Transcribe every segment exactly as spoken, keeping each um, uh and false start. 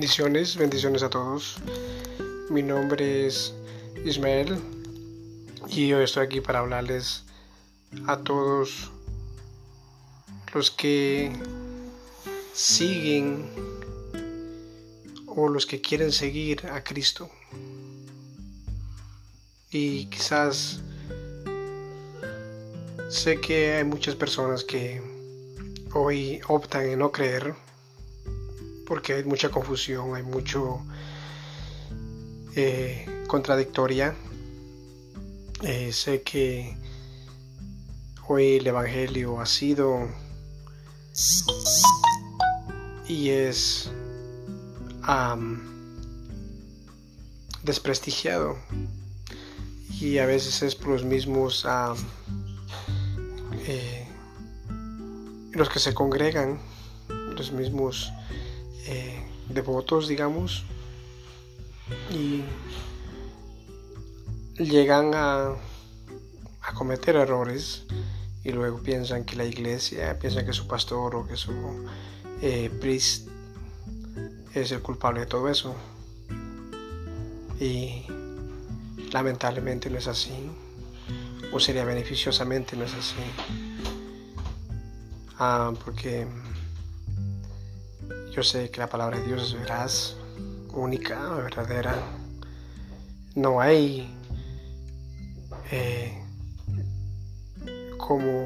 Bendiciones, bendiciones a todos. Mi nombre es Ismael y hoy estoy aquí para hablarles a todos los que siguen o los que quieren seguir a Cristo. Y quizás sé que hay muchas personas que hoy optan en no creer porque hay mucha confusión, hay mucho eh, contradictoria. Eh, sé que hoy el Evangelio ha sido y es um, desprestigiado, y a veces es por los mismos um, eh, los que se congregan, los mismos eh, devotos, digamos, y llegan a, a cometer errores y luego piensan que la iglesia, piensan que su pastor o que su eh, priest es el culpable de todo eso, y lamentablemente no es así, o sería beneficiosamente no es así, ah, porque yo sé que la palabra de Dios es veraz, única, verdadera. No hay eh, como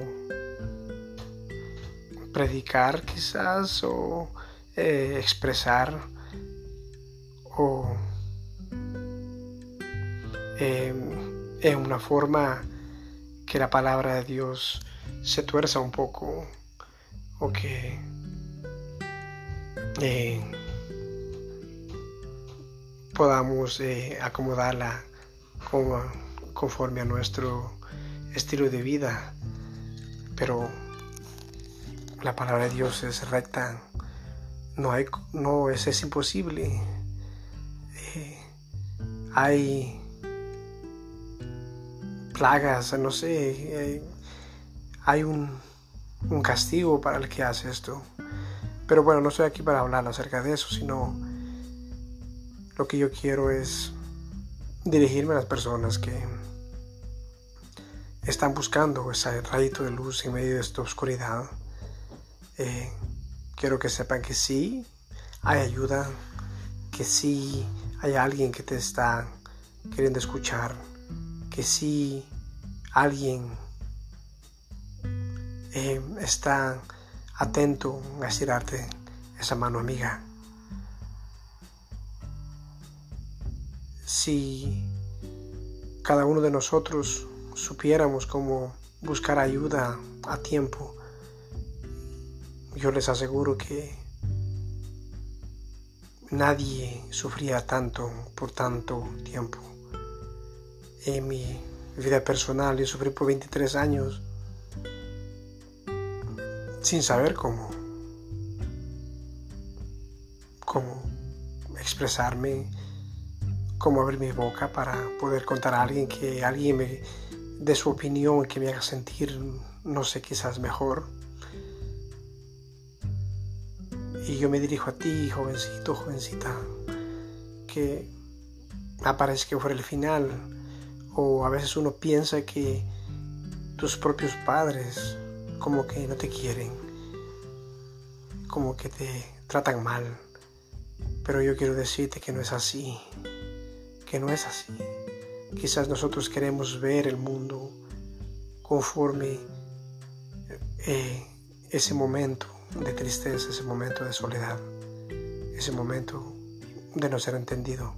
predicar quizás o eh, expresar o eh, en una forma que la palabra de Dios se tuerza un poco o que eh, podamos eh, acomodarla como, conforme a nuestro estilo de vida, pero la palabra de Dios es recta, no hay, no es, es imposible. Eh, hay plagas, no sé, eh, hay un, un castigo para el que hace esto, pero bueno, no estoy aquí para hablar acerca de eso, sino lo que yo quiero es dirigirme a las personas que están buscando ese rayito de luz en medio de esta oscuridad. Eh, quiero que sepan que sí hay ayuda, que sí hay alguien que te está queriendo escuchar, que sí alguien eh, está atento a estirarte esa mano amiga. Si cada uno de nosotros supiéramos cómo buscar ayuda a tiempo, yo les aseguro que nadie sufría tanto por tanto tiempo. En mi vida personal yo sufrí por veintitrés años sin saber cómo, cómo expresarme, cómo abrir mi boca para poder contar a alguien, que alguien me dé su opinión, que me haga sentir, no sé, quizás mejor. Y yo me dirijo a ti, jovencito, jovencita, que aparece que fuera el final, o a veces uno piensa que tus propios padres como que no te quieren, como que te tratan mal, pero yo quiero decirte que no es así, que no es así. Quizás nosotros queremos ver el mundo conforme eh, ese momento de tristeza, ese momento de soledad, ese momento de no ser entendido.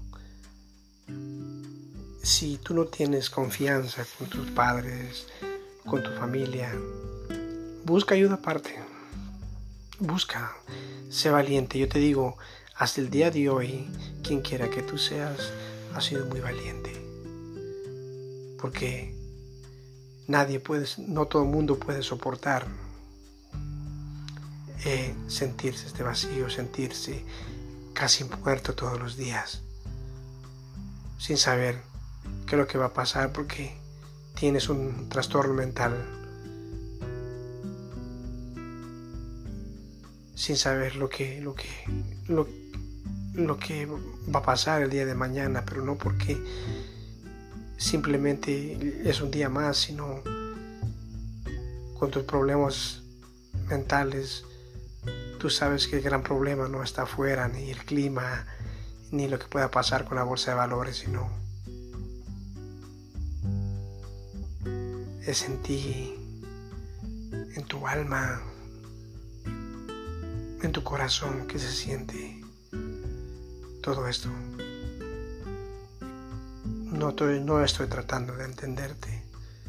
Si tú no tienes confianza con tus padres, con tu familia, busca ayuda aparte. Busca, sé valiente. Yo te digo, hasta el día de hoy, quien quiera que tú seas, has sido muy valiente. Porque nadie puede, no todo el mundo puede soportar eh, sentirse este vacío, sentirse casi muerto todos los días, sin saber qué es lo que va a pasar porque tienes un trastorno mental, sin saber lo que, lo que, lo, lo que va a pasar el día de mañana, pero no porque simplemente es un día más, sino con tus problemas mentales. Tú sabes que el gran problema no está afuera, ni el clima, ni lo que pueda pasar con la bolsa de valores, sino es en ti, en tu alma, en tu corazón que se siente todo esto. No estoy, no estoy tratando de entenderte.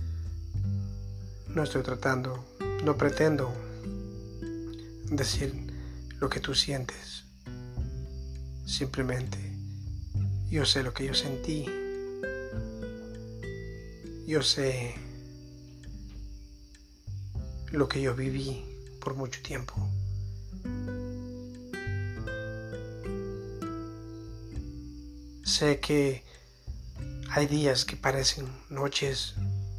No estoy tratando, no pretendo decir lo que tú sientes. Simplemente yo sé lo que yo sentí. Yo sé lo que yo viví por mucho tiempo. Sé que hay días que parecen noches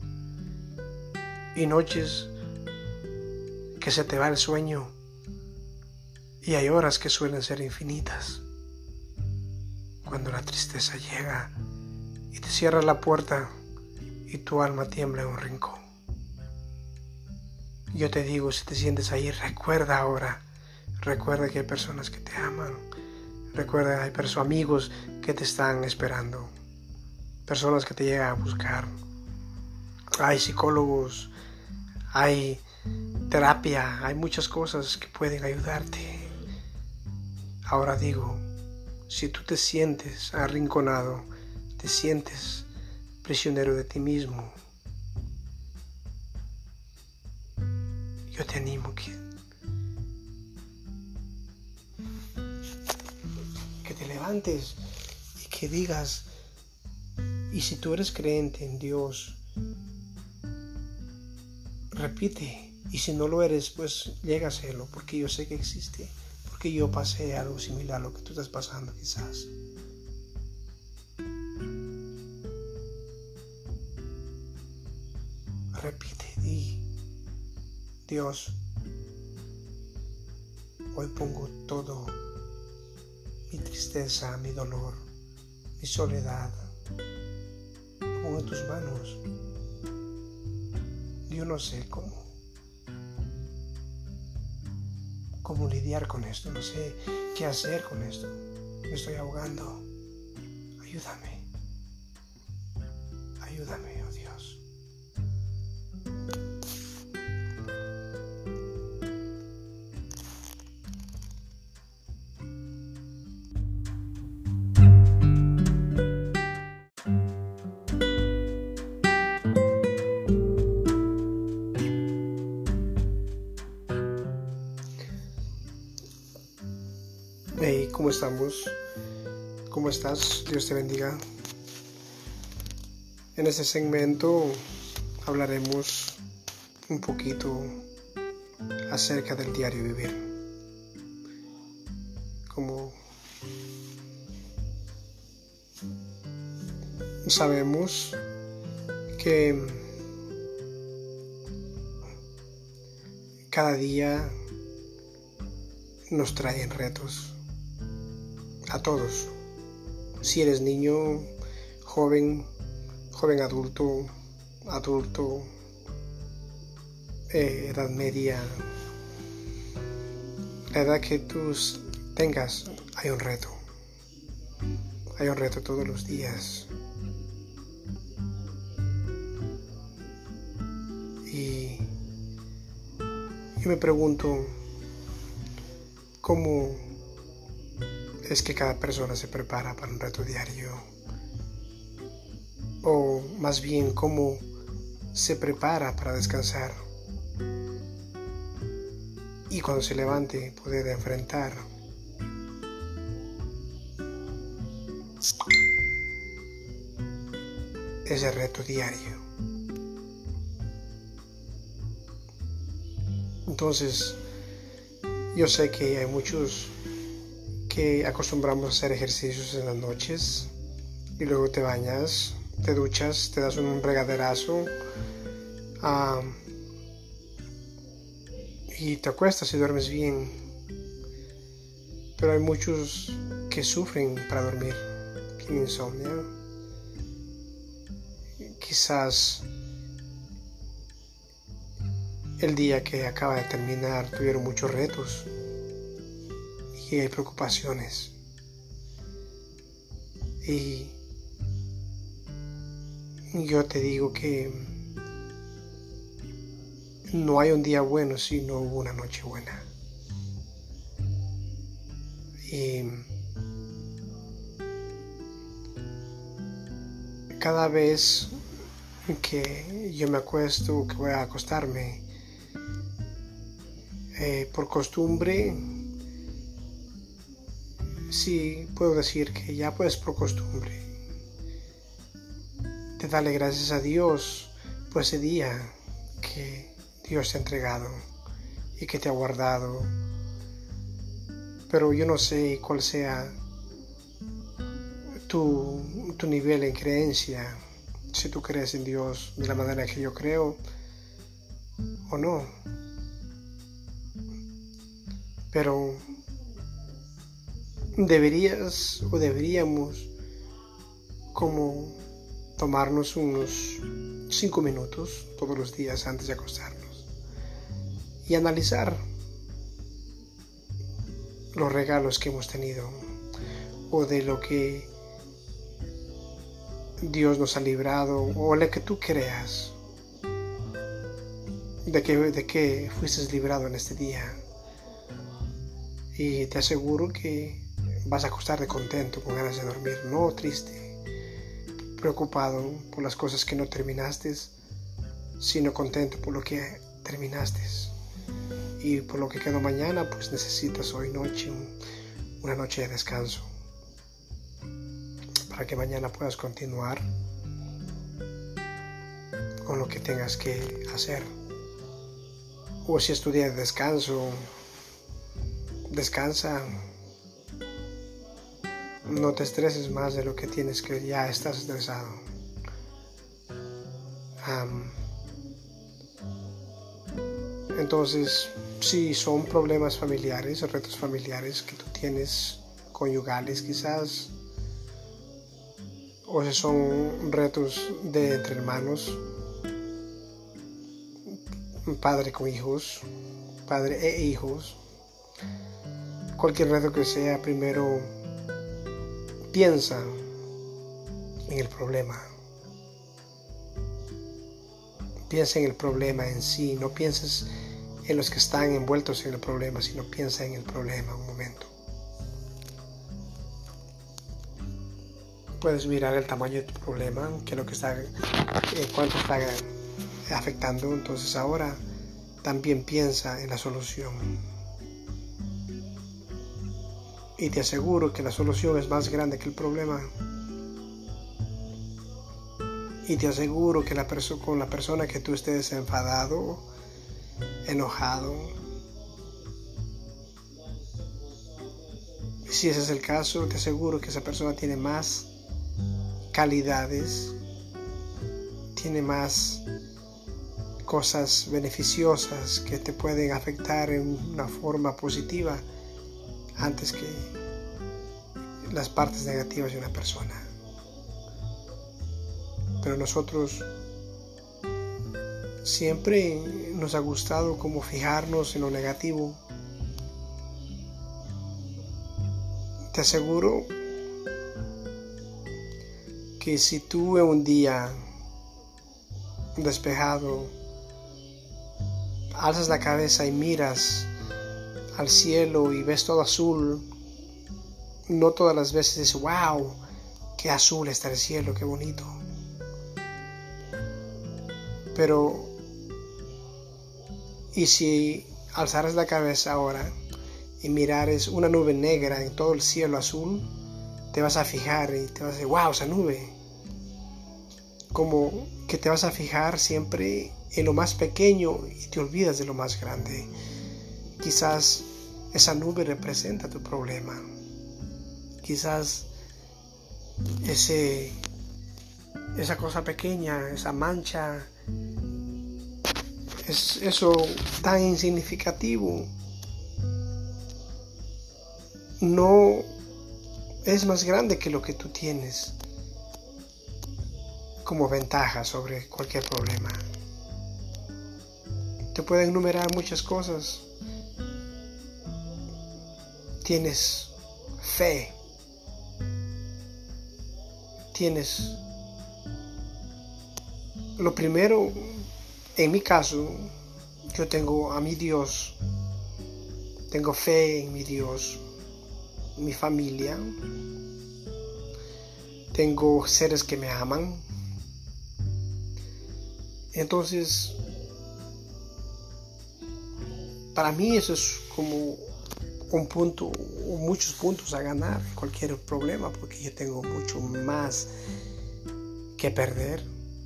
y noches que se te va el sueño, y hay horas que suelen ser infinitas. Cuando la tristeza llega y te cierra la puerta y tu alma tiembla en un rincón. Yo te digo, si te sientes ahí, recuerda ahora, recuerda que hay personas que te aman, recuerda que hay personas, amigos que te están esperando, personas que te llegan a buscar, hay psicólogos, hay terapia, hay muchas cosas que pueden ayudarte. Ahora digo, si tú te sientes arrinconado, te sientes prisionero de ti mismo, yo te animo que, que te levantes y que digas, y si tú eres creyente en Dios, repite, y si no lo eres, pues llega a serlo, porque yo sé que existe, porque yo pasé algo similar a lo que tú estás pasando quizás. Repite, di, Dios, hoy pongo todo, mi tristeza, mi dolor, mi soledad, lo pongo en tus manos. Yo no sé cómo, cómo lidiar con esto, no sé qué hacer con esto, me estoy ahogando, ayúdame, ayúdame, oh Dios. Hey, ¿cómo estamos? ¿Cómo estás? Dios te bendiga. En este segmento hablaremos un poquito acerca del diario vivir. Como sabemos que cada día nos traen retos. A todos, si eres niño, joven, joven adulto, adulto, eh, edad media, la edad que tú tengas, hay un reto, hay un reto todos los días. Y yo me pregunto, ¿cómo es que cada persona se prepara para un reto diario? O más bien, ¿cómo se prepara para descansar y cuando se levante poder enfrentar ese reto diario? Entonces, yo sé que hay muchos que acostumbramos a hacer ejercicios en las noches y luego te bañas, te duchas, te das un regaderazo uh, y te acuestas y duermes bien. Pero hay muchos que sufren para dormir, tienen insomnio. Quizás el día que acaba de terminar tuvieron muchos retos y hay preocupaciones. Y yo te digo que no hay un día bueno si no hubo una noche buena. Y cada vez que yo me acuesto, que voy a acostarme, eh, por costumbre, sí puedo decir que ya pues por costumbre, de darle gracias a Dios por ese día que Dios te ha entregado y que te ha guardado. Pero yo no sé cuál sea tu, tu nivel en creencia, si tú crees en Dios de la manera que yo creo o no. Pero deberías o deberíamos como tomarnos unos cinco minutos todos los días antes de acostarnos y analizar los regalos que hemos tenido o de lo que Dios nos ha librado o lo que tú creas de que, de que fuiste librado en este día. Y te aseguro que vas a acostarte contento, con ganas de dormir, no triste, preocupado por las cosas que no terminaste, sino contento por lo que terminaste. Y por lo que quedó mañana, pues necesitas hoy noche, un, una noche de descanso, para que mañana puedas continuar con lo que tengas que hacer. O si es tu día de descanso, descansa, no te estreses más de lo que tienes que, ya estás estresado. Um, entonces, si son problemas familiares, retos familiares que tú tienes, conyugales quizás, o si son retos de entre hermanos, padre con hijos, padre e hijos, cualquier reto que sea, primero piensa en el problema. Piensa en el problema en sí, no pienses en los que están envueltos en el problema, sino piensa en el problema un momento. Puedes mirar el tamaño de tu problema, qué es lo que está, eh, cuánto está afectando. Entonces ahora también piensa en la solución. Y te aseguro que la solución es más grande que el problema. Y te aseguro que la perso- con la persona que tú estés enfadado, enojado, si ese es el caso, te aseguro que esa persona tiene más calidades, tiene más cosas beneficiosas que te pueden afectar en una forma positiva antes que las partes negativas de una persona. Pero nosotros siempre nos ha gustado como fijarnos en lo negativo. Te aseguro que si tú en un día despejado alzas la cabeza y miras al cielo y ves todo azul, no todas las veces dices, wow, qué azul está el cielo, qué bonito. Pero, y si alzaras la cabeza ahora y mirares una nube negra en todo el cielo azul, te vas a fijar y te vas a decir, wow, esa nube. Como que te vas a fijar siempre en lo más pequeño y te olvidas de lo más grande. Quizás esa nube representa tu problema. Quizás ese, esa cosa pequeña, esa mancha, es eso tan insignificativo, no es más grande que lo que tú tienes como ventaja sobre cualquier problema. Te pueden enumerar muchas cosas. Tienes fe. Tienes lo primero, en mi caso, yo tengo a mi Dios. Tengo fe en mi Dios, mi familia. Tengo seres que me aman. Entonces, para mí eso es como un punto o muchos puntos a ganar en cualquier problema, porque yo tengo mucho más que perder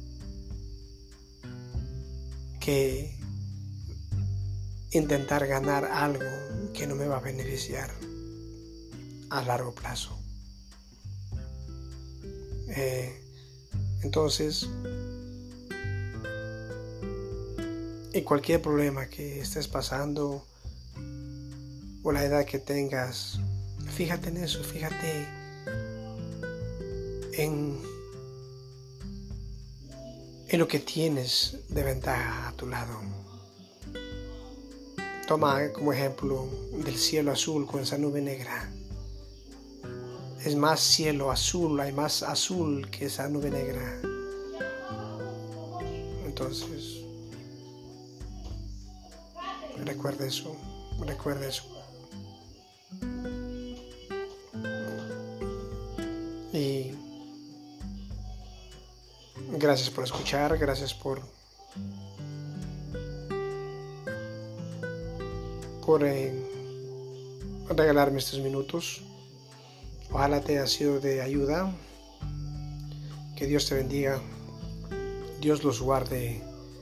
que intentar ganar algo que no me va a beneficiar a largo plazo. Eh, entonces, en cualquier problema que estés pasando o la edad que tengas, fíjate en eso, fíjate en, en lo que tienes de ventaja a tu lado. Toma como ejemplo del cielo azul con esa nube negra. Es más cielo azul, hay más azul que esa nube negra. Entonces, recuerda eso, recuerda eso. Y gracias por escuchar, gracias por por eh, regalarme estos minutos. Ojalá te haya sido de ayuda. Que Dios te bendiga. Dios los guarde.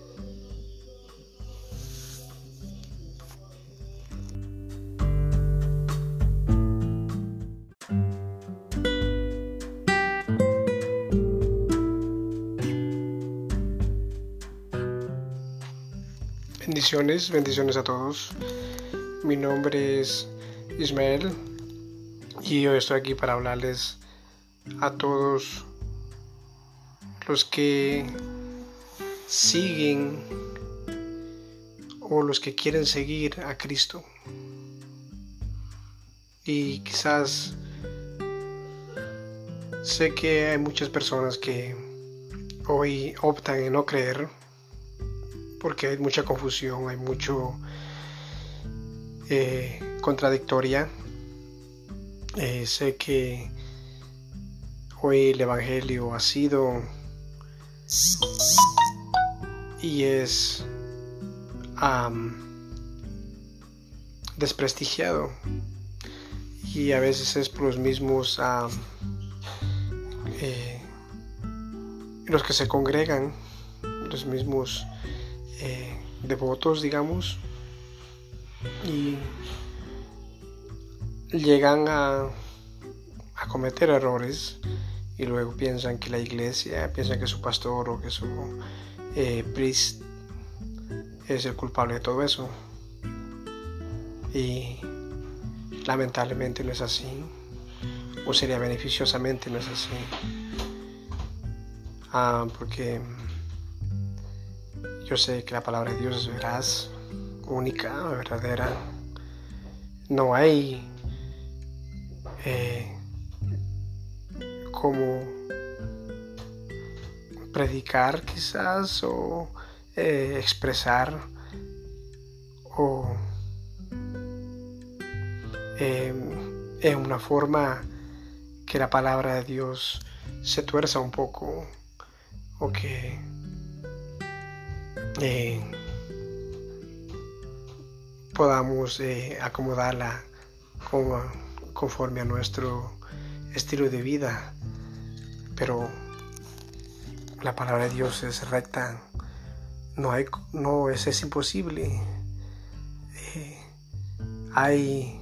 Bendiciones, bendiciones a todos. Mi nombre es Ismael y hoy estoy aquí para hablarles a todos los que siguen o los que quieren seguir a Cristo. Y quizás sé que hay muchas personas que hoy optan en no creer porque hay mucha confusión, hay mucho eh, contradictoria. Eh, sé que hoy el evangelio ha sido y es um, desprestigiado, y a veces es por los mismos um, eh, los que se congregan, los mismos eh, devotos, digamos, y llegan a, a cometer errores y luego piensan que la iglesia, piensan que su pastor o que su eh, priest es el culpable de todo eso, y lamentablemente no es así, o sería beneficiosamente no es así, ah, porque yo sé que la palabra de Dios es veraz, única, verdadera. No hay eh, como predicar quizás o eh, expresar o eh, en una forma que la palabra de Dios se tuerza un poco o que eh, podamos eh, acomodarla como, conforme a nuestro estilo de vida, pero la palabra de Dios es recta, no hay, no es, es imposible. Eh, hay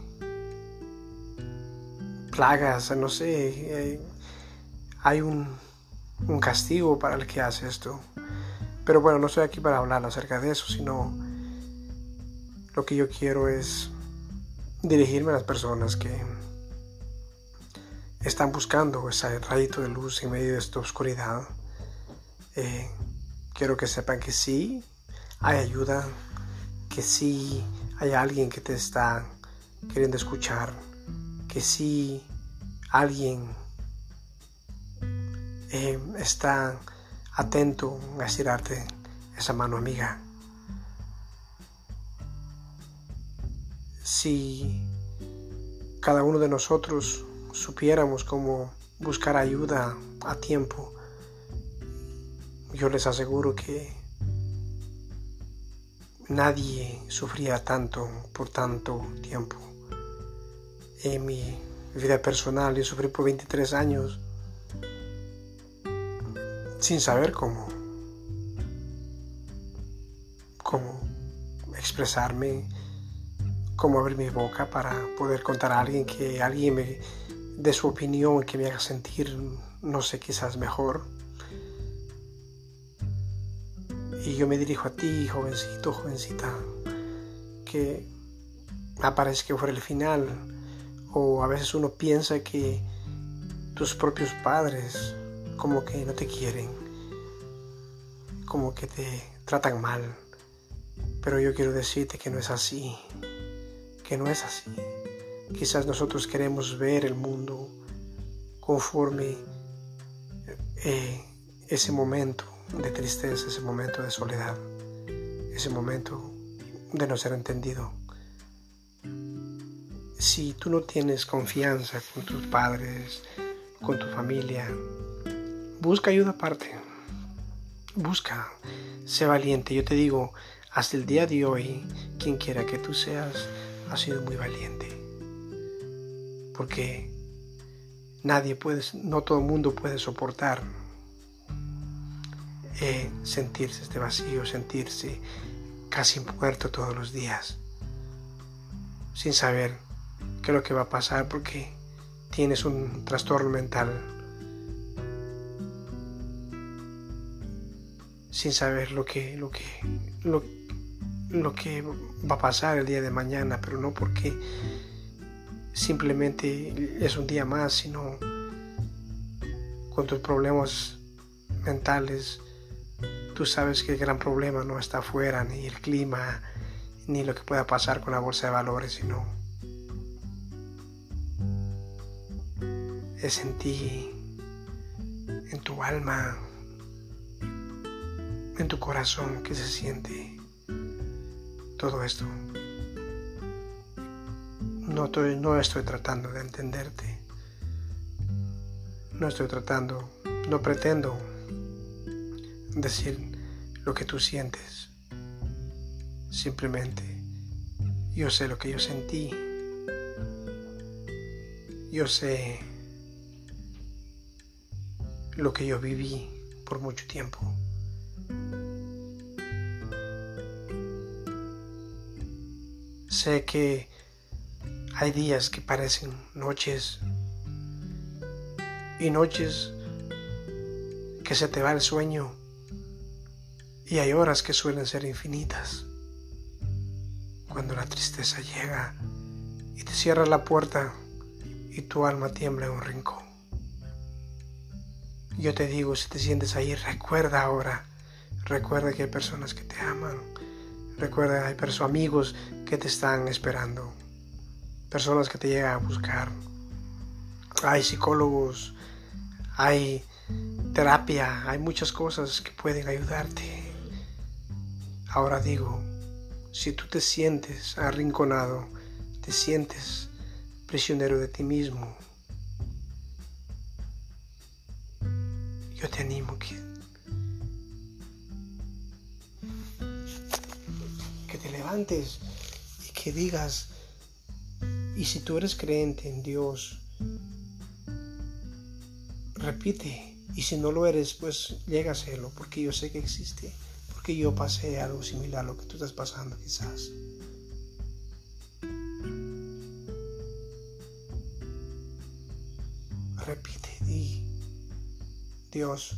plagas, no sé, eh, hay un, un castigo para el que hace esto, pero bueno, no estoy aquí para hablar acerca de eso, sino lo que yo quiero es dirigirme a las personas que están buscando ese rayito de luz en medio de esta oscuridad. Eh, quiero que sepan que sí hay ayuda, que sí hay alguien que te está queriendo escuchar, que sí alguien eh, está atento a estirarte esa mano amiga. Si cada uno de nosotros supiéramos cómo buscar ayuda a tiempo, yo les aseguro que nadie sufría tanto por tanto tiempo. En mi vida personal yo sufrí por veintitrés años sin saber cómo, cómo expresarme, cómo abrir mi boca para poder contar a alguien, que alguien me dé su opinión, que me haga sentir, no sé, quizás mejor. Y yo me dirijo a ti, jovencito, jovencita, que parece que fuera el final, o a veces uno piensa que tus propios padres como que no te quieren, como que te tratan mal, pero yo quiero decirte que no es así, que no es así. Quizás nosotros queremos ver el mundo conforme eh, ese momento de tristeza, ese momento de soledad, ese momento de no ser entendido. Si tú no tienes confianza con tus padres, con tu familia, busca ayuda aparte. Busca, sé valiente. Yo te digo, hasta el día de hoy, quien quiera que tú seas, has sido muy valiente. Porque nadie puede, no todo el mundo puede soportar eh, sentirse este vacío, sentirse casi muerto todos los días, sin saber qué es lo que va a pasar porque tienes un trastorno mental, sin saber lo que, lo que, lo, lo que va a pasar el día de mañana, pero no porque simplemente es un día más, sino con tus problemas mentales. Tú sabes que el gran problema no está afuera, ni el clima, ni lo que pueda pasar con la bolsa de valores, sino es en ti, en tu alma, en tu corazón que se siente todo esto. No estoy, no estoy tratando de entenderte, no estoy tratando, no pretendo decir lo que tú sientes. Simplemente yo sé lo que yo sentí, yo sé lo que yo viví por mucho tiempo. Sé que hay días que parecen noches y noches que se te va el sueño, y hay horas que suelen ser infinitas. Cuando la tristeza llega y te cierra la puerta y tu alma tiembla en un rincón. Yo te digo, si te sientes ahí, recuerda ahora, recuerda que hay personas que te aman, recuerda que hay personas, amigos que te están esperando, personas que te llegan a buscar. Hay psicólogos, hay terapia, hay muchas cosas que pueden ayudarte. Ahora digo, si tú te sientes arrinconado, te sientes prisionero de ti mismo, yo te animo que, que te levantes y que digas, y si tú eres creyente en Dios, repite, y si no lo eres, pues llega a serlo, porque yo sé que existe, porque yo pasé algo similar a lo que tú estás pasando quizás. Repite, di, Dios,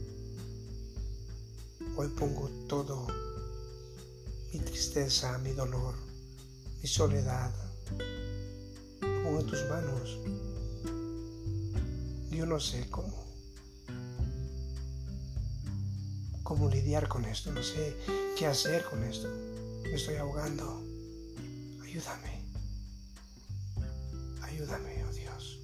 hoy pongo todo, mi tristeza, mi dolor, mi soledad, lo pongo en tus manos. yo no sé cómo, cómo lidiar con esto, no sé qué hacer con esto. Me estoy ahogando. Ayúdame. Ayúdame, oh Dios.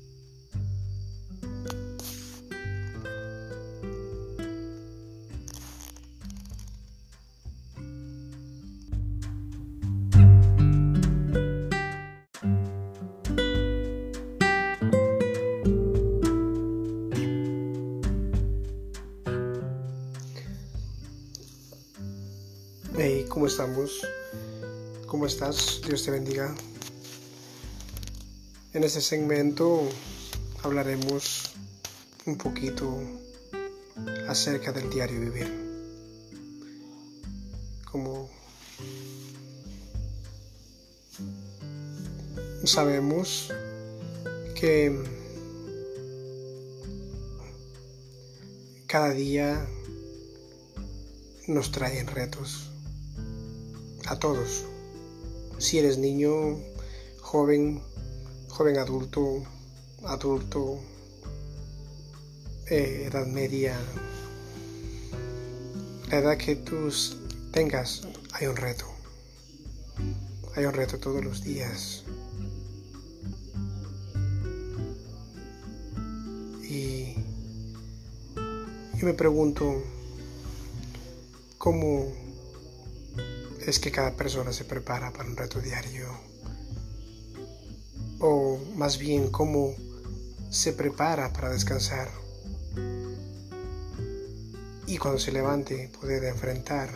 Hey, ¿cómo estamos? ¿Cómo estás? Dios te bendiga. En este segmento hablaremos un poquito acerca del diario vivir. Como sabemos que cada día nos traen retos a todos. Si eres niño, joven, joven adulto, adulto, eh, edad media, la edad que tú tengas, hay un reto. Hay un reto todos los días. Y yo me pregunto, ¿cómo es que cada persona se prepara para un reto diario? O más bien, ¿cómo se prepara para descansar? Y cuando se levante, poder enfrentar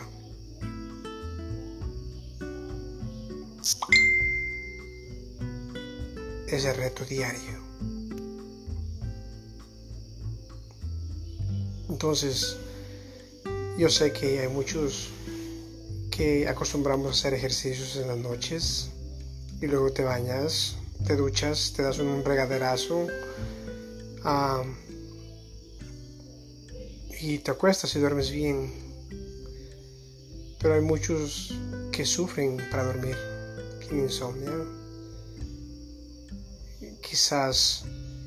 ese reto diario. Entonces, yo sé que hay muchos que acostumbramos a hacer ejercicios en las noches y luego te bañas, te duchas, te das un regaderazo uh, y te acuestas y duermes bien. Pero hay muchos que sufren para dormir, tienen insomnio. Quizás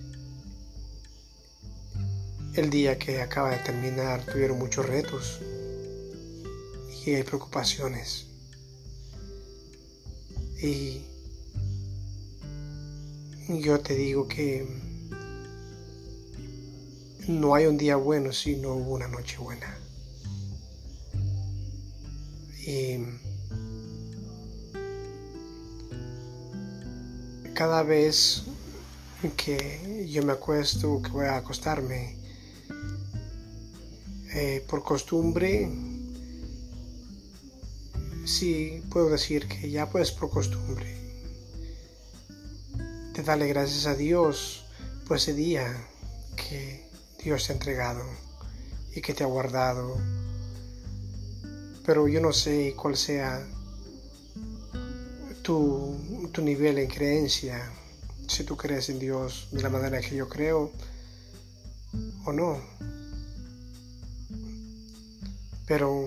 el día que acaba de terminar tuvieron muchos retos y hay preocupaciones. Y yo te digo que no hay un día bueno si no hubo una noche buena. Y cada vez que yo me acuesto, que voy a acostarme, eh, por costumbre, sí puedo decir que ya pues por costumbre, de darle gracias a Dios por ese día que Dios te ha entregado y que te ha guardado. Pero yo no sé cuál sea tu, tu nivel en creencia, si tú crees en Dios de la manera que yo creo o no. Pero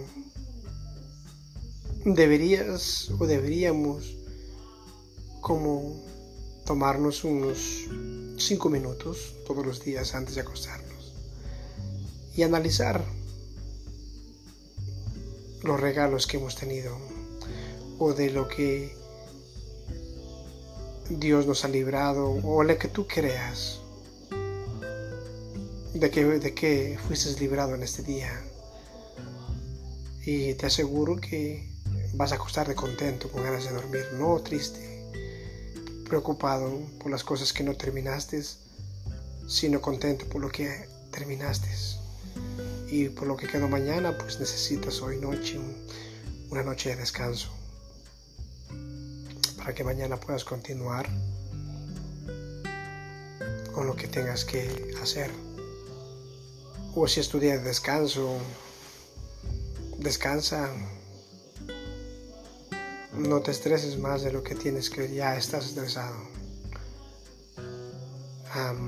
deberías o deberíamos como tomarnos unos cinco minutos todos los días antes de acostarnos y analizar los regalos que hemos tenido o de lo que Dios nos ha librado o lo que tú creas de que, de que fuiste librado en este día. Y te aseguro que vas a acostarte contento, con ganas de dormir, no triste, preocupado por las cosas que no terminaste, sino contento por lo que terminaste. Y por lo que quedó mañana, pues necesitas hoy noche, un, una noche de descanso, para que mañana puedas continuar con lo que tengas que hacer. O si es tu día de descanso, descansa. No te estreses más de lo que tienes, que ya estás estresado. Um,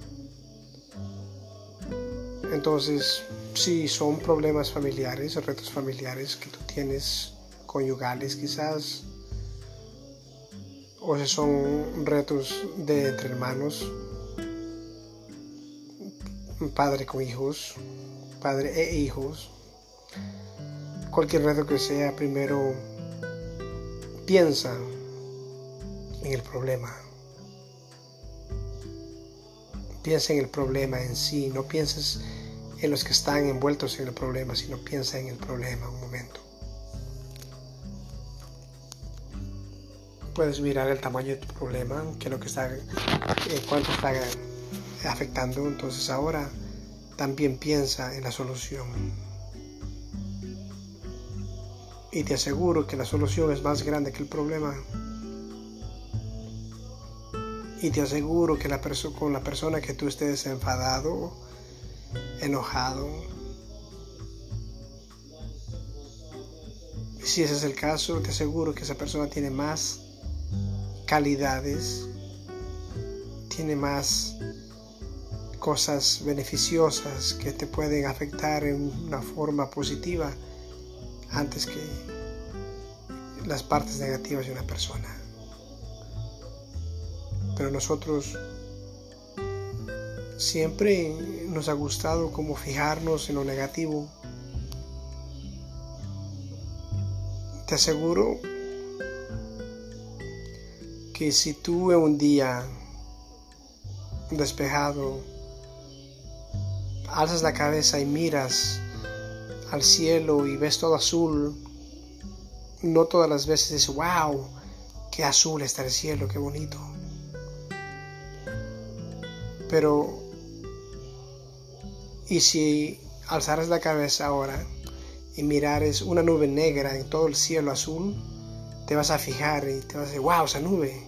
entonces, si son problemas familiares, retos familiares que tú tienes, conyugales quizás, o si son retos de entre hermanos, padre con hijos, padre e hijos, cualquier reto que sea, primero piensa en el problema. Piensa en el problema en sí, no pienses en los que están envueltos en el problema, sino piensa en el problema un momento. Puedes mirar el tamaño de tu problema, qué es lo que está, eh, cuánto está afectando. Entonces ahora también piensa en la solución. Y te aseguro que la solución es más grande que el problema. Y te aseguro que la perso- con la persona que tú estés enfadado, enojado, si ese es el caso, te aseguro que esa persona tiene más calidades, tiene más cosas beneficiosas que te pueden afectar en una forma positiva antes que las partes negativas de una persona. Pero nosotros siempre nos ha gustado como fijarnos en lo negativo. Te aseguro que si tú en un día despejado alzas la cabeza y miras al cielo y ves todo azul, no todas las veces dices, wow, qué azul está el cielo, qué bonito. Pero, y si alzaras la cabeza ahora y mirares una nube negra en todo el cielo azul, te vas a fijar y te vas a decir, wow, esa nube.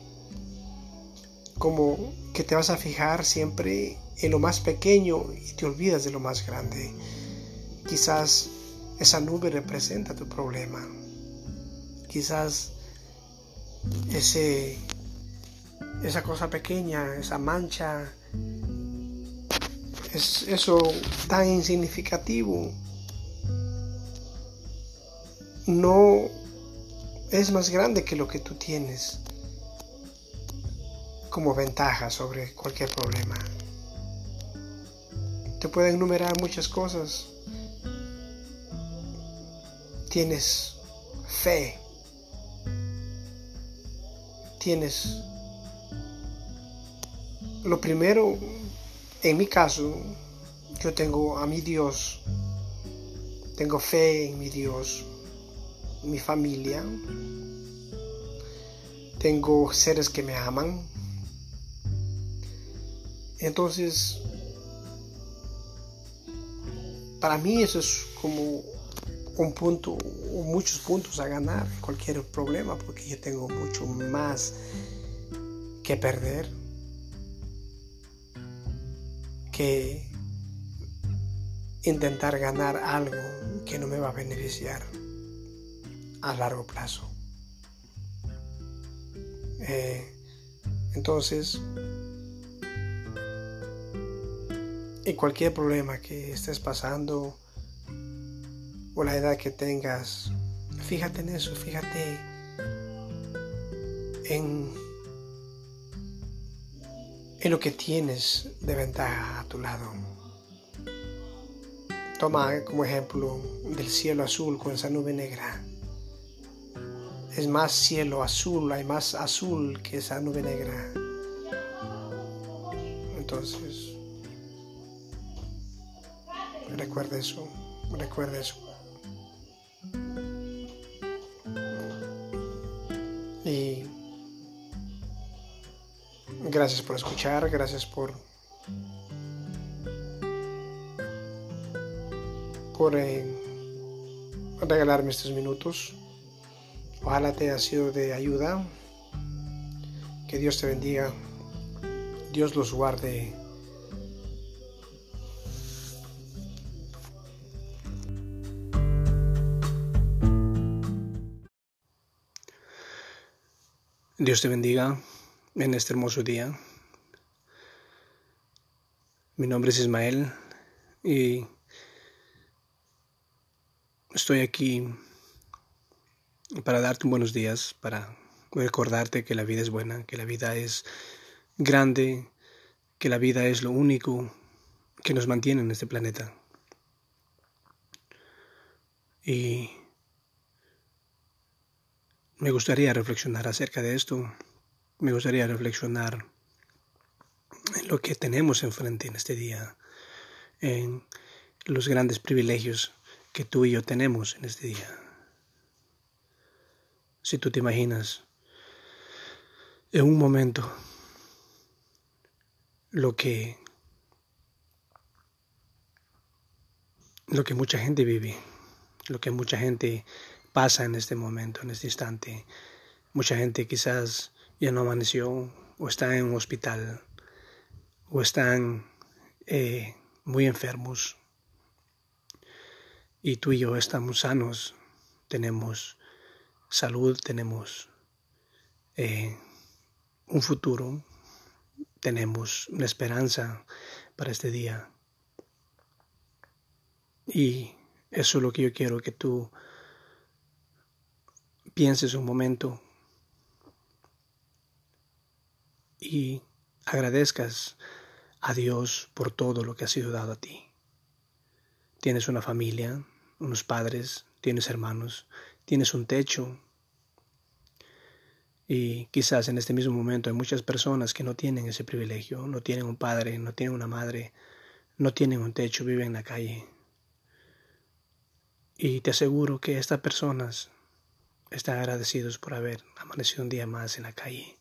Como que te vas a fijar siempre en lo más pequeño y te olvidas de lo más grande. Quizás esa nube representa tu problema. Quizás ese, esa cosa pequeña, esa mancha, es eso tan insignificativo, no es más grande que lo que tú tienes como ventaja sobre cualquier problema. Te pueden enumerar muchas cosas. Tienes fe. Tienes lo primero. En mi caso, yo tengo a mi Dios, tengo fe en mi Dios, mi familia, tengo seres que me aman. Entonces, para mí eso es como un punto, o muchos puntos a ganar en cualquier problema, porque yo tengo mucho más que perder que intentar ganar algo que no me va a beneficiar a largo plazo. Eh, entonces, en cualquier problema que estés pasando o la edad que tengas, fíjate en eso, fíjate en en lo que tienes de ventaja a tu lado. Toma como ejemplo del cielo azul con esa nube negra. Es más cielo azul, hay más azul que esa nube negra. Entonces, recuerda eso, recuerda eso. Y gracias por escuchar, gracias por por eh, regalarme estos minutos. Ojalá te haya sido de ayuda. Que Dios te bendiga. Dios los guarde. Dios te bendiga en este hermoso día. Mi nombre es Ismael y estoy aquí para darte un buenos días, para recordarte que la vida es buena, que la vida es grande, que la vida es lo único que nos mantienen en este planeta. Y me gustaría reflexionar acerca de esto. Me gustaría reflexionar en lo que tenemos enfrente en este día, en los grandes privilegios que tú y yo tenemos en este día. Si tú te imaginas en un momento lo que lo que mucha gente vive, lo que mucha gente pasa en este momento, en este instante. Mucha gente quizás ya no amaneció, o está en un hospital, o están eh, muy enfermos. Y tú y yo estamos sanos, tenemos salud, tenemos eh, un futuro, tenemos una esperanza para este día. Y eso es lo que yo quiero que tú pienses un momento y agradezcas a Dios por todo lo que ha sido dado a ti. Tienes una familia, unos padres, tienes hermanos, tienes un techo. Y quizás en este mismo momento hay muchas personas que no tienen ese privilegio, no tienen un padre, no tienen una madre, no tienen un techo, viven en la calle. Y te aseguro que estas personas están agradecidos por haber amanecido un día más en la calle.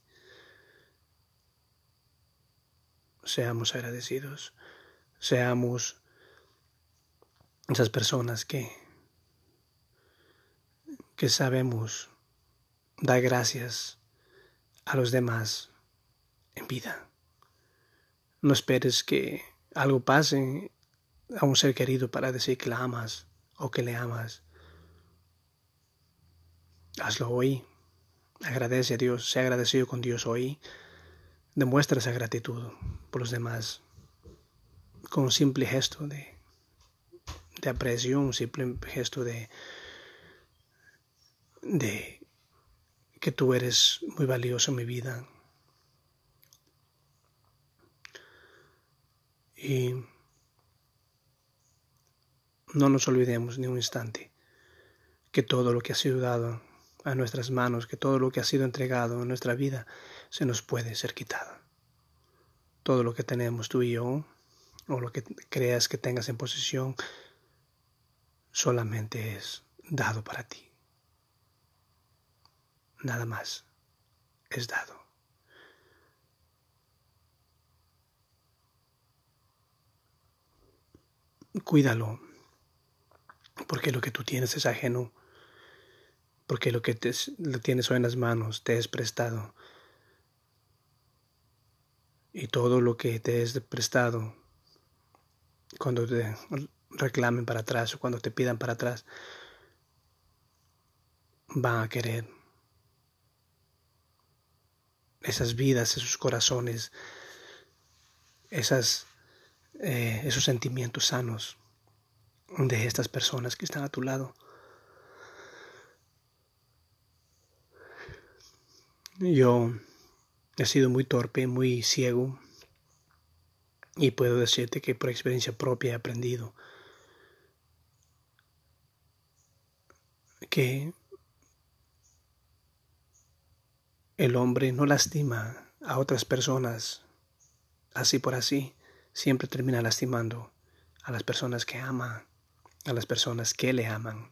Seamos agradecidos, seamos esas personas que, que sabemos dar gracias a los demás en vida. No esperes que algo pase a un ser querido para decir que la amas o que le amas. Hazlo hoy. Agradece a Dios, sea agradecido con Dios hoy. Demuestra esa gratitud por los demás con un simple gesto de, de aprecio, un simple gesto de, de que tú eres muy valioso en mi vida. Y no nos olvidemos ni un instante que todo lo que ha sido dado a nuestras manos, que todo lo que ha sido entregado en nuestra vida se nos puede ser quitado. Todo lo que tenemos tú y yo, o lo que creas que tengas en posesión, solamente es dado para ti. Nada más es dado. Cuídalo, porque lo que tú tienes es ajeno, porque lo que te, lo tienes hoy en las manos te es prestado. Y todo lo que te es prestado, cuando te reclamen para atrás o cuando te pidan para atrás, van a querer esas vidas, esos corazones, esas, eh, esos sentimientos sanos de estas personas que están a tu lado. Yo he sido muy torpe, muy ciego, y puedo decirte que por experiencia propia he aprendido que el hombre no lastima a otras personas así por así, siempre termina lastimando a las personas que ama, a las personas que le aman.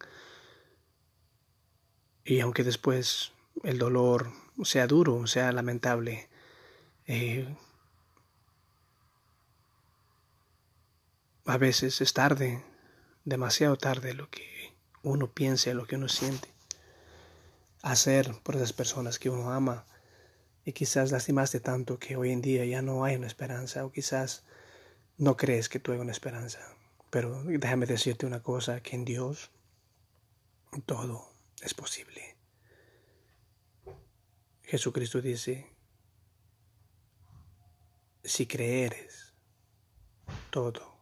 Y aunque después el dolor sea duro, sea lamentable, eh, a veces es tarde, demasiado tarde lo que uno piensa, lo que uno siente. Hacer por esas personas que uno ama, y quizás lastimaste tanto que hoy en día ya no hay una esperanza, o quizás no crees que tú hay una esperanza. Pero déjame decirte una cosa, que en Dios todo es posible. Jesucristo dice, si creeres, todo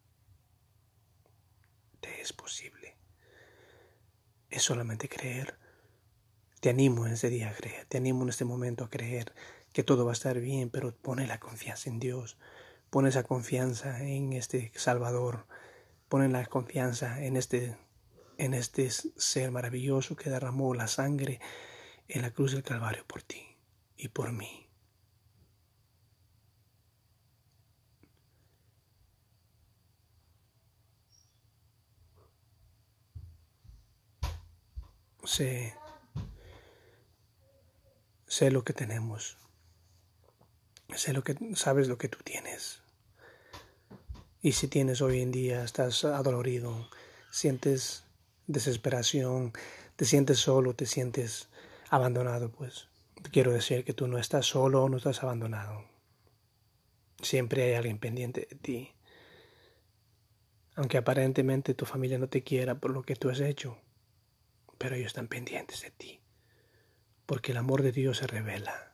te es posible. Es solamente creer. Te animo en este día a creer, te animo en este momento a creer que todo va a estar bien, pero pone la confianza en Dios. Pon esa confianza en este Salvador. Pon la confianza en este, en este ser maravilloso que derramó la sangre en la cruz del Calvario por ti y por mí. Sé, sé lo que tenemos. Sé lo que sabes lo que tú tienes. Y si tienes hoy en día, estás adolorido, sientes desesperación, te sientes solo, te sientes abandonado, pues te quiero decir que tú no estás solo, no estás abandonado. Siempre hay alguien pendiente de ti. Aunque aparentemente tu familia no te quiera por lo que tú has hecho, pero ellos están pendientes de ti. Porque el amor de Dios se revela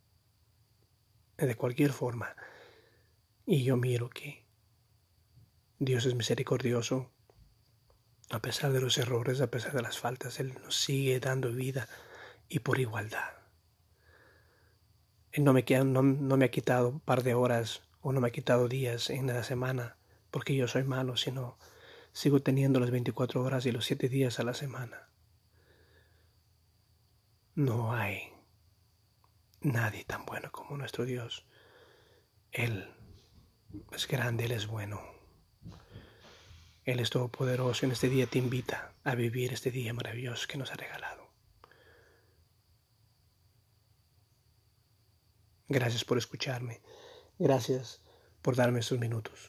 de cualquier forma. Y yo miro que Dios es misericordioso. A pesar de los errores, a pesar de las faltas, Él nos sigue dando vida y por igualdad. Él no me, no, no me ha quitado un par de horas o no me ha quitado días en la semana porque yo soy malo, sino sigo teniendo las veinticuatro horas y los siete días a la semana. No hay nadie tan bueno como nuestro Dios. Él es grande, Él es bueno. Él es todopoderoso y en este día te invita a vivir este día maravilloso que nos ha regalado. Gracias por escucharme. Gracias por darme estos minutos.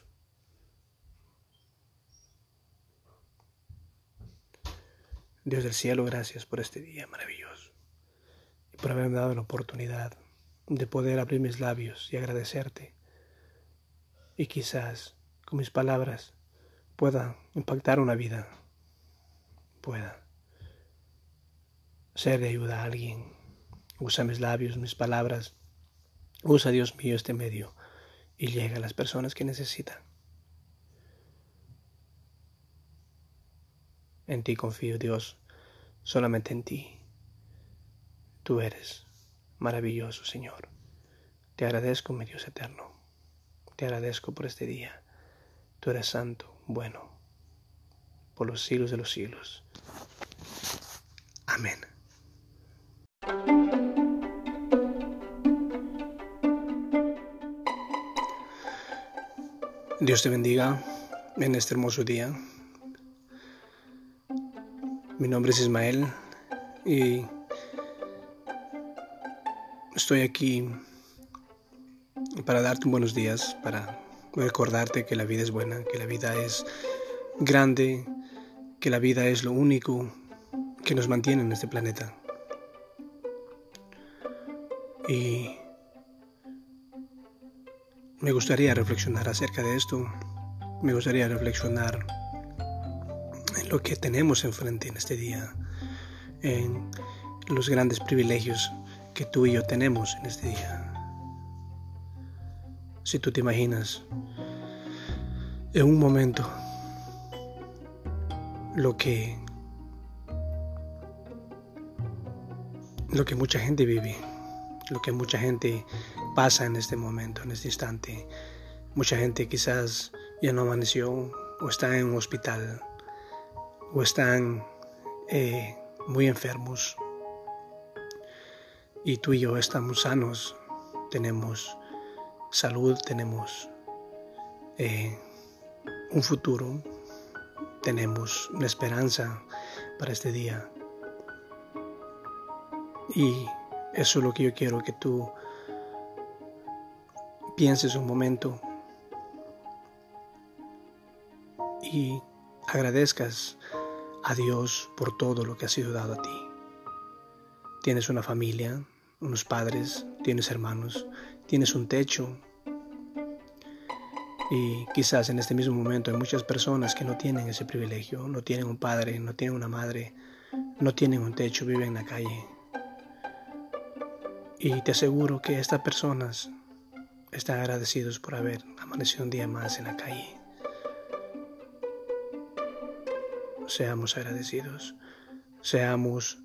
Dios del cielo, gracias por este día maravilloso y por haberme dado la oportunidad de poder abrir mis labios y agradecerte. Y quizás con mis palabras pueda impactar una vida, pueda ser de ayuda a alguien. Usa mis labios, mis palabras. Usa, Dios mío, este medio y llega a las personas que necesitan. En ti confío, Dios, solamente en ti. Tú eres maravilloso, Señor. Te agradezco, mi Dios eterno. Te agradezco por este día. Tú eres santo, bueno, por los siglos de los siglos. Amén. Dios te bendiga en este hermoso día. Mi nombre es Ismael y estoy aquí para darte un buenos días, para recordarte que la vida es buena, que la vida es grande, que la vida es lo único que nos mantiene en este planeta. Y me gustaría reflexionar acerca de esto. Me gustaría reflexionar en lo que tenemos enfrente en este día, en los grandes privilegios que tú y yo tenemos en este día. Si tú te imaginas en un momento lo que lo que mucha gente vive, lo que mucha gente pasa en este momento, en este instante. Mucha gente quizás ya no amaneció o está en un hospital o están eh, muy enfermos y tú y yo estamos sanos, tenemos salud, tenemos eh, un futuro, tenemos una esperanza para este día. Y eso es lo que yo quiero que tú pienses un momento y agradezcas a Dios por todo lo que ha sido dado a ti. Tienes una familia, unos padres, tienes hermanos, tienes un techo. Y quizás en este mismo momento hay muchas personas que no tienen ese privilegio, no tienen un padre, no tienen una madre, no tienen un techo, viven en la calle. Y te aseguro que estas personas están agradecidos por haber amanecido un día más en la calle. Seamos agradecidos, seamos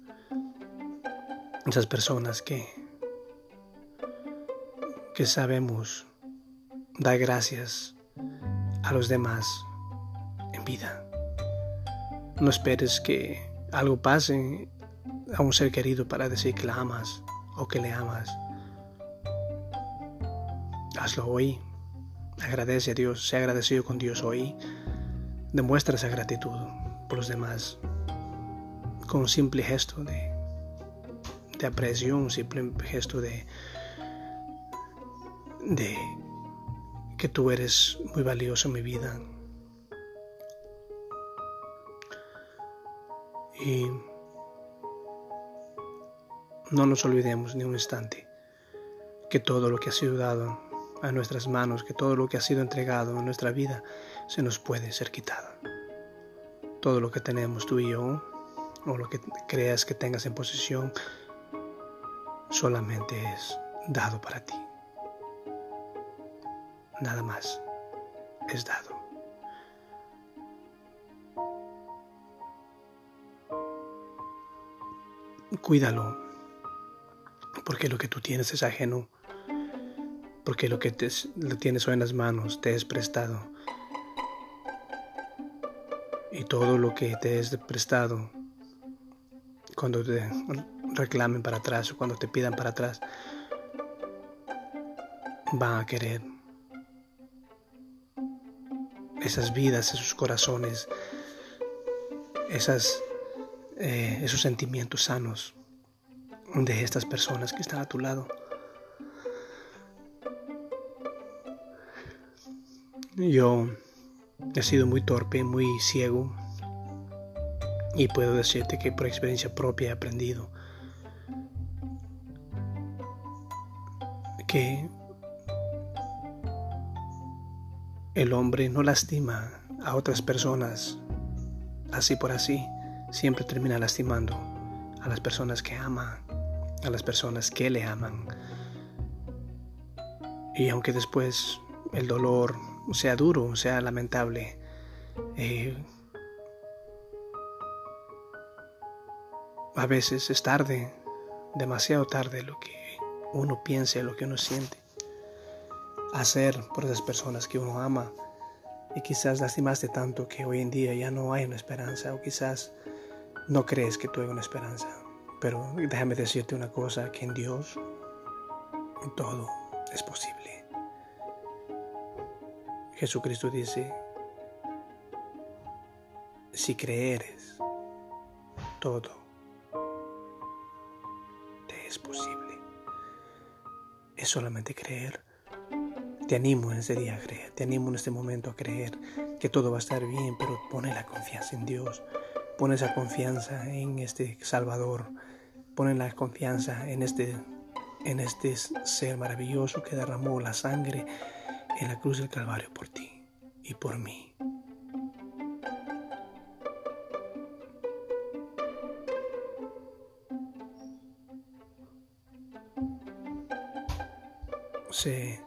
esas personas que, que sabemos da gracias a los demás en vida. No esperes que algo pase a un ser querido para decir que la amas o que le amas. Hazlo hoy. Agradece a Dios. Sea agradecido con Dios hoy. Demuestra esa gratitud por los demás con un simple gesto de, de aprecio, un simple gesto de, de que tú eres muy valioso en mi vida. Y no nos olvidemos ni un instante que todo lo que ha sido dado a nuestras manos, que todo lo que ha sido entregado en nuestra vida se nos puede ser quitado. Todo lo que tenemos tú y yo, o lo que creas que tengas en posesión, solamente es dado para ti. Nada más es dado. Cuídalo, porque lo que tú tienes es ajeno, porque lo que te, lo tienes hoy en las manos te es prestado, y todo lo que te es prestado, cuando te reclamen para atrás o cuando te pidan para atrás, van a querer esas vidas, esos corazones, esas, eh, esos sentimientos sanos de estas personas que están a tu lado. Yo he sido muy torpe, muy ciego, y puedo decirte que por experiencia propia he aprendido que el hombre no lastima a otras personas así por así, siempre termina lastimando a las personas que ama, a las personas que le aman. Y aunque después el dolor sea duro, sea lamentable, eh, a veces es tarde, demasiado tarde lo que uno piensa, lo que uno siente, hacer por esas personas que uno ama, y quizás lastimaste tanto que hoy en día ya no hay una esperanza, o quizás no crees que tú hay una esperanza. Pero déjame decirte una cosa, que en Dios todo es posible. Jesucristo dice, si creeres, todo te es posible. Es solamente creer. Te animo en este día a creer, te animo en este momento a creer que todo va a estar bien, pero pone la confianza en Dios, pone esa confianza en este Salvador, pone la confianza en este, en este ser maravilloso que derramó la sangre en la cruz del Calvario por ti y por mí. Sé,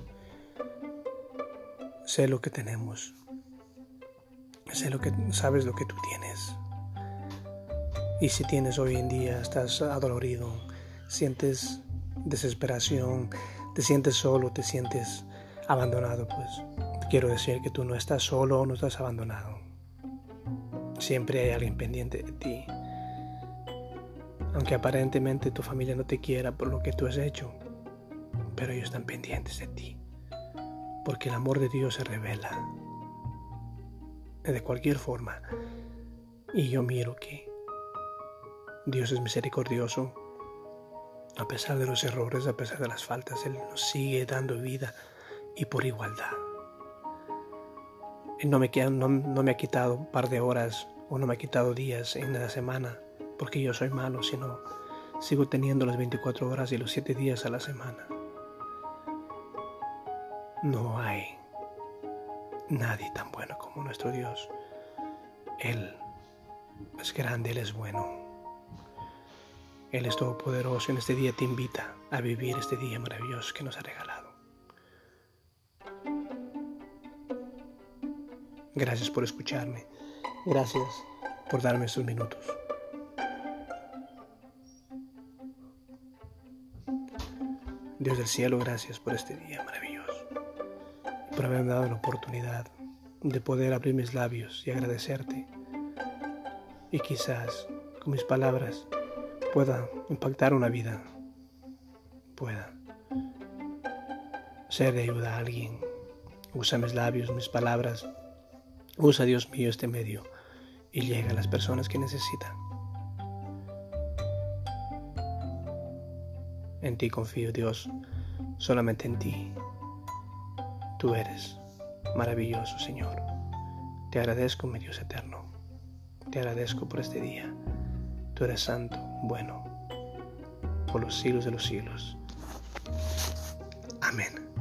sé lo que tenemos, sé lo que sabes lo que tú tienes. Y si tienes hoy en día, estás adolorido, sientes desesperación, te sientes solo, te sientes abandonado, pues te quiero decir que tú no estás solo o no estás abandonado. Siempre hay alguien pendiente de ti. Aunque aparentemente tu familia no te quiera por lo que tú has hecho, pero ellos están pendientes de ti. Porque el amor de Dios se revela de cualquier forma. Y yo miro que Dios es misericordioso. A pesar de los errores, a pesar de las faltas, Él nos sigue dando vida y por igualdad. Él no me, no, no me ha quitado un par de horas o no me ha quitado días en la semana porque yo soy malo, sino sigo teniendo las veinticuatro horas y los siete días a la semana. No hay nadie tan bueno como nuestro Dios. Él es grande, Él es bueno. Él es todopoderoso. En este día te invita a vivir este día maravilloso que nos ha regalado. Gracias por escucharme. Gracias por darme estos minutos. Dios del cielo, gracias por este día maravilloso. por haberme dado la oportunidad de poder abrir mis labios y agradecerte. Y quizás con mis palabras pueda impactar una vida, pueda ser de ayuda a alguien. Usa mis labios, mis palabras, usa, Dios mío, este medio y llega a las personas que necesitan. En ti confío, Dios, solamente en ti. Tú eres maravilloso, Señor. Te agradezco, mi Dios eterno. Te agradezco por este día. Tú eres santo, bueno, por los siglos de los siglos. Amén.